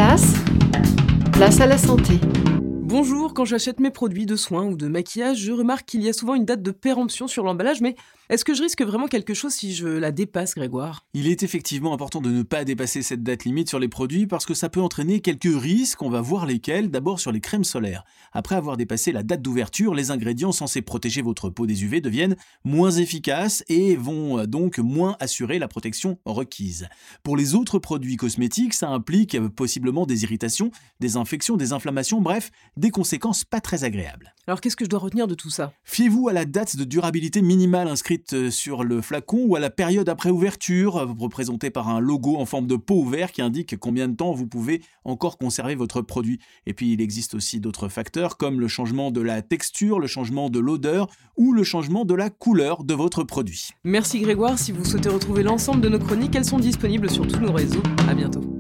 place à la santé. Bonjour, quand j'achète mes produits de soins ou de maquillage, je remarque qu'il y a souvent une date de péremption sur l'emballage, mais est-ce que je risque vraiment quelque chose si je la dépasse, Grégoire ? Il est effectivement important de ne pas dépasser cette date limite sur les produits parce que ça peut entraîner quelques risques, on va voir lesquels. D'abord sur les crèmes solaires. Après avoir dépassé la date d'ouverture, les ingrédients censés protéger votre peau des UV deviennent moins efficaces et vont donc moins assurer la protection requise. Pour les autres produits cosmétiques, ça implique possiblement des irritations, des infections, des inflammations, bref, des conséquences pas très agréables. Alors qu'est-ce que je dois retenir de tout ça ? Fiez-vous à la date de durabilité minimale inscrite sur le flacon ou à la période après ouverture, représentée par un logo en forme de pot ouvert qui indique combien de temps vous pouvez encore conserver votre produit. Et puis il existe aussi d'autres facteurs comme le changement de la texture, le changement de l'odeur ou le changement de la couleur de votre produit. Merci Grégoire, si vous souhaitez retrouver l'ensemble de nos chroniques, elles sont disponibles sur tous nos réseaux. À bientôt.